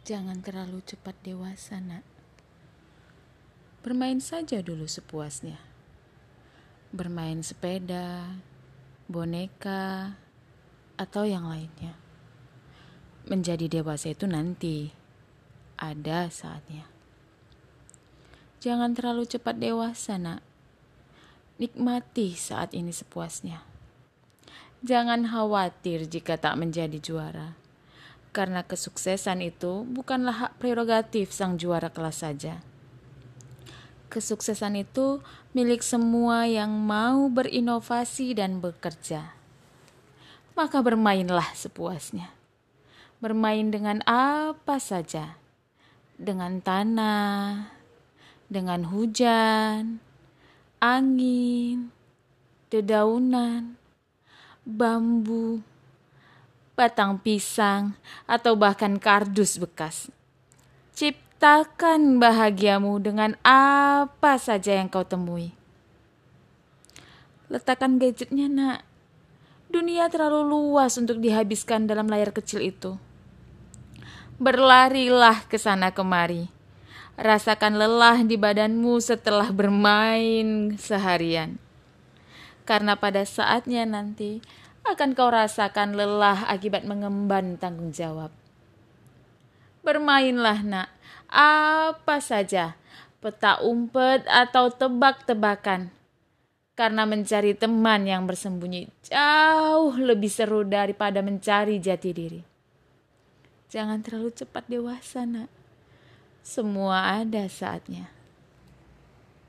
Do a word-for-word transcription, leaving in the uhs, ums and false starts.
Jangan terlalu cepat dewasa, nak. Bermain saja dulu sepuasnya. Bermain sepeda, boneka, atau yang lainnya. Menjadi dewasa itu nanti, ada saatnya. Jangan terlalu cepat dewasa, nak. Nikmati saat ini sepuasnya. Jangan khawatir jika tak menjadi juara. Karena kesuksesan itu bukanlah hak prerogatif sang juara kelas saja. Kesuksesan itu milik semua yang mau berinovasi dan bekerja. Maka bermainlah sepuasnya. Bermain dengan apa saja. Dengan tanah, dengan hujan, angin, dedaunan, bambu, batang pisang, atau bahkan kardus bekas. Ciptakan bahagiamu dengan apa saja yang kau temui. Letakkan gadgetnya, nak. Dunia terlalu luas untuk dihabiskan dalam layar kecil itu. Berlarilah ke sana kemari. Rasakan lelah di badanmu setelah bermain seharian. Karena pada saatnya nanti akan kau rasakan lelah akibat mengemban tanggung jawab. Bermainlah, nak, apa saja, petak umpet atau tebak-tebakan. Karena mencari teman yang bersembunyi jauh lebih seru daripada mencari jati diri. Jangan terlalu cepat dewasa, nak. Semua ada saatnya.